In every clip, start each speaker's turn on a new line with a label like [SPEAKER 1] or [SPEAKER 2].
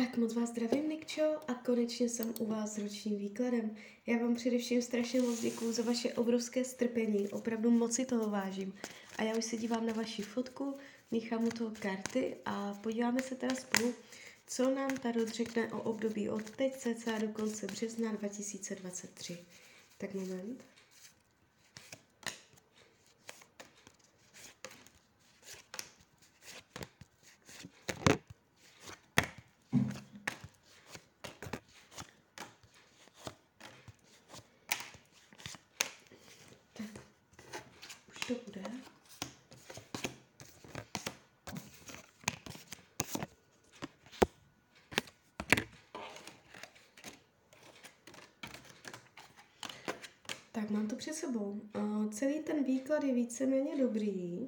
[SPEAKER 1] Tak moc vás zdravím, Nikčo, a konečně jsem u vás s ročním výkladem. Já vám především strašně moc děkuju za vaše obrovské strpení, opravdu moc si toho vážím. A já už se dívám na vaši fotku, míchám u toho karty a podíváme se teda spolu, co nám Tarot řekne o období od teď cca do konce března 2023. Tak moment. Už to bude. Tak, mám to před sebou. Celý ten výklad je víceméně dobrý.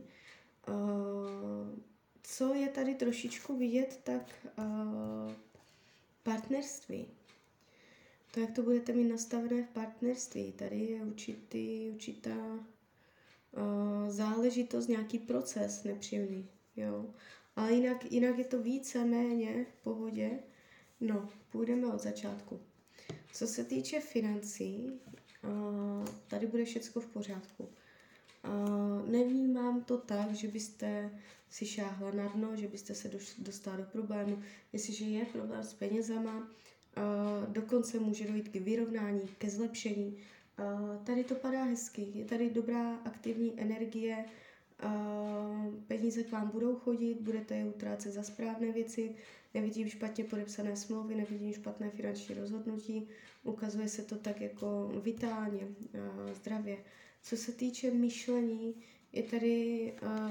[SPEAKER 1] Co je tady trošičku vidět, tak partnerství. To, jak to budete mít nastavené v partnerství. Tady je určitá záležitost, nějaký proces nepříjemný. Jo? Ale jinak je to víceméně v pohodě. No, půjdeme od začátku. Co se týče financí, tady bude všecko v pořádku. Nevnímám to tak, že byste si šáhla na dno, že byste se dostala do problému. Jestliže je problém s penězama, dokonce může dojít k vyrovnání, ke zlepšení. Tady to padá hezky, je tady dobrá aktivní energie, peníze k vám budou chodit, budete je utrácet za správné věci, nevidím špatně podepsané smlouvy, nevidím špatné finanční rozhodnutí, ukazuje se to tak jako vitálně, zdravě. Co se týče myšlení, je tady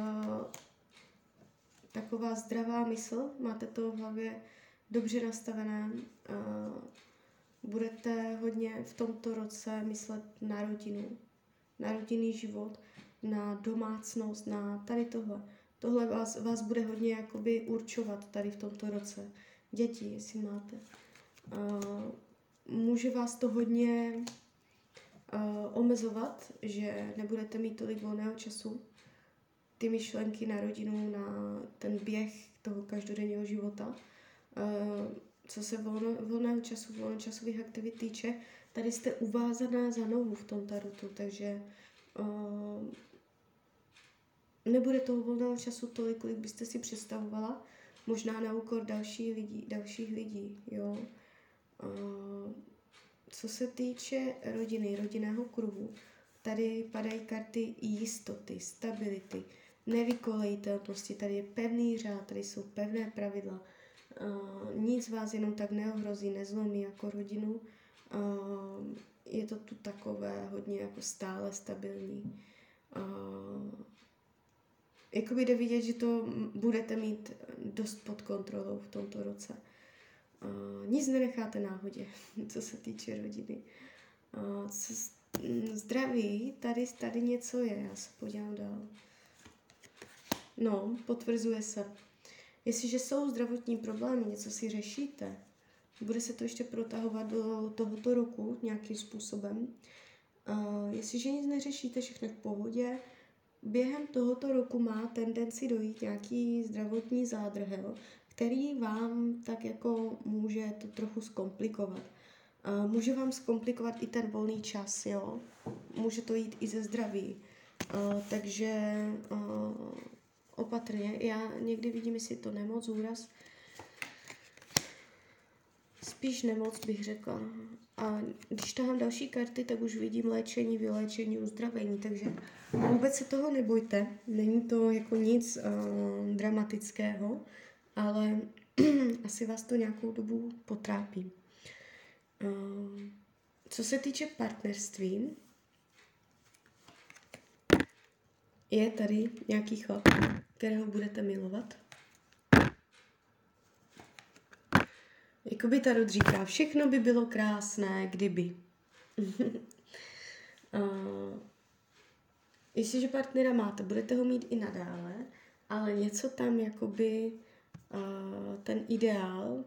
[SPEAKER 1] taková zdravá mysl, máte to v hlavě dobře nastavené, budete hodně v tomto roce myslet na rodinu, na rodinný život, na domácnost, na tady tohle. Tohle vás bude hodně jakoby určovat tady v tomto roce. Děti, jestli máte. Může vás to hodně omezovat, že nebudete mít tolik volného času. Ty myšlenky na rodinu, na ten běh toho každodenního života. Co se volnočasových aktivit týče, tady jste uvázaná za nohu v tom tarotu, takže nebude toho volného času tolik, kolik byste si představovala, možná na úkor dalších lidí, jo. Co se týče rodiny, rodinného kruhu, tady padají karty jistoty, stability, nevykolejitelnosti, tady je pevný řád, tady jsou pevné pravidla, nic vás jenom tak neohrozí, nezlomí jako rodinu, je to tu takové hodně jako stále stabilní. Jakoby jde vidět, že to budete mít dost pod kontrolou v tomto roce. Nic nenecháte náhodě, co se týče rodiny. Zdraví, tady něco je, já se podívám dál. No, potvrzuje se. Jestliže jsou zdravotní problémy, něco si řešíte, bude se to ještě protahovat do tohoto roku nějakým způsobem. Jestliže nic neřešíte, všechno v pohodě, během tohoto roku má tendenci dojít nějaký zdravotní zádrhel, který vám tak jako může to trochu zkomplikovat. Může vám zkomplikovat i ten volný čas, jo? Může to jít i ze zdraví. Takže opatrně. Já někdy vidím, jestli to nemoc, úraz. Spíš nemoc bych řekla. A když tahám další karty, tak už vidím léčení, vyléčení, uzdravení, takže vůbec se toho nebojte. Není to jako nic dramatického, ale asi vás to nějakou dobu potrápí. Co se týče partnerství, je tady nějaký chlap, kterého budete milovat. Jakoby Tarot říká, všechno by bylo krásné, kdyby. Jestliže partnera máte, budete ho mít i nadále, ale něco tam jakoby ten ideál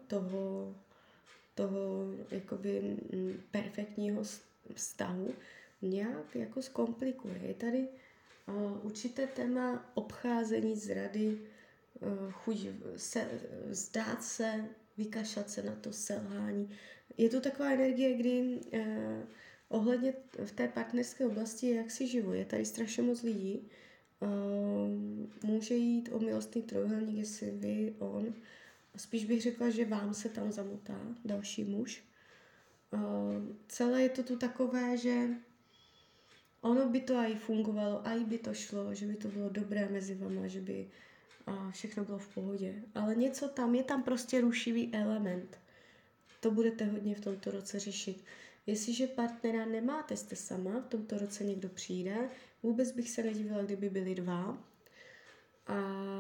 [SPEAKER 1] toho jakoby perfektního vztahu nějak jako zkomplikuje. Je tady určité téma obcházení, zrady, chuť vzdát se vykašlat se na to selhání. Je to taková energie, kdy ohledně v té partnerské oblasti je jaksi živo. Je tady strašně moc lidí. Může jít o milostný trojúhelník, jestli vy, on. Spíš bych řekla, že vám se tam zamotá další muž. Celé je to tu takové, že ono by to aj fungovalo, aj by to šlo, že by to bylo dobré mezi vama, že by všechno bylo v pohodě. Ale něco tam, je tam prostě rušivý element. To budete hodně v tomto roce řešit. Jestliže partnera nemáte, jste sama, v tomto roce někdo přijde, vůbec bych se nedivila, kdyby byli dva. A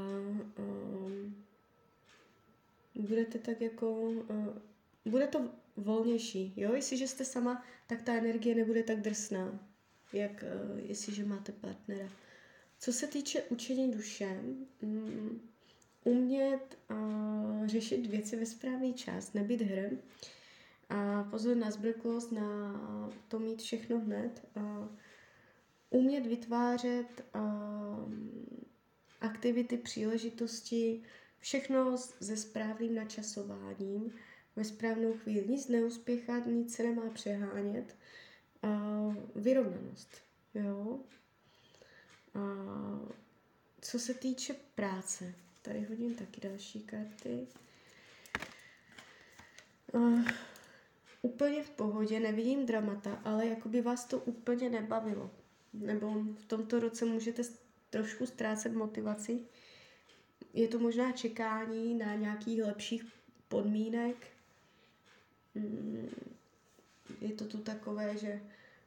[SPEAKER 1] budete tak jako... bude to volnější, jo? Jestliže jste sama, tak ta energie nebude tak drsná, jak jestliže máte partnera. Co se týče učení duše, umět řešit věci ve správný čas, nebýt hrm, a pozor na zbrklost, na to mít všechno hned, umět vytvářet aktivity, příležitosti, všechno se správným načasováním, ve správnou chvíli. Nic neuspěchat, nic se nemá přehánět. Vyrovnanost. Jo? Co se týče práce, tady hodím taky další karty. Úplně v pohodě, nevidím dramata, ale jako by vás to úplně nebavilo. Nebo v tomto roce můžete trošku ztrácet motivaci. Je to možná čekání na nějakých lepších podmínek. Je to tu takové, že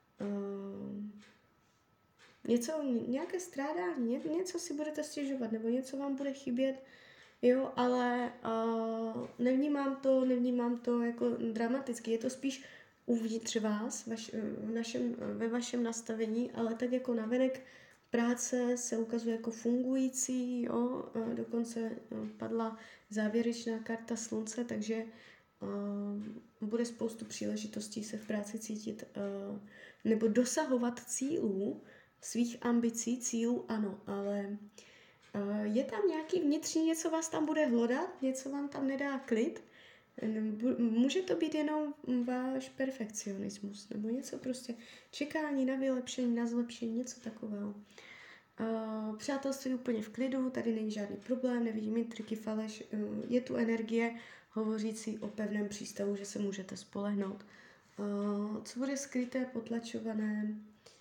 [SPEAKER 1] nějaké strádání, něco si budete stěžovat, nebo něco vám bude chybět, jo, ale nevnímám to jako dramaticky, je to spíš uvnitř vás, ve vašem nastavení, ale tak jako navenek práce se ukazuje jako fungující, jo, dokonce padla závěrečná karta slunce, takže bude spoustu příležitostí se v práci cítit nebo dosahovat cílů, svých ambicí, cílů ano, ale je tam nějaký vnitřní, něco vás tam bude hlodat, něco vám tam nedá klid, může to být jenom váš perfekcionismus, nebo něco prostě čekání na vylepšení, na zlepšení, něco takového. Přátelství úplně v klidu, tady není žádný problém, nevidím intriky, faleš, je tu energie hovořící o pevném přístavu, že se můžete spolehnout. Co bude skryté, potlačované?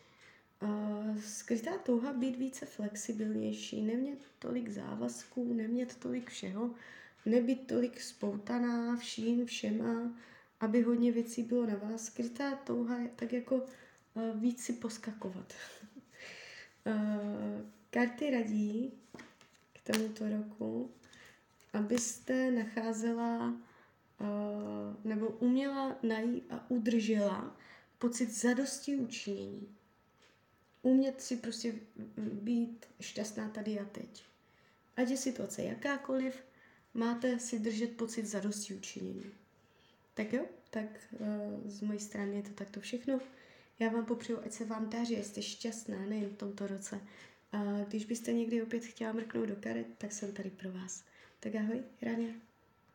[SPEAKER 1] Skrytá touha být více flexibilnější, nemět tolik závazků, nemět tolik všeho, nebýt tolik spoutaná všema, aby hodně věcí bylo na vás. Skrytá touha je tak jako víc si poskakovat. Karty radí k tomuto roku, abyste nacházela nebo uměla najít a udržela pocit zadosti učinění. Umět si prostě být šťastná tady a teď. Ať je situace jakákoliv, máte si držet pocit zadosti učinění. Tak jo, tak z mojí strany je to takto všechno. Já vám popřeju, ať se vám daří, jste šťastná nejen v tomto roce. A když byste někdy opět chtěla mrknout do karet, tak jsem tady pro vás. Tak ahoj, Rania.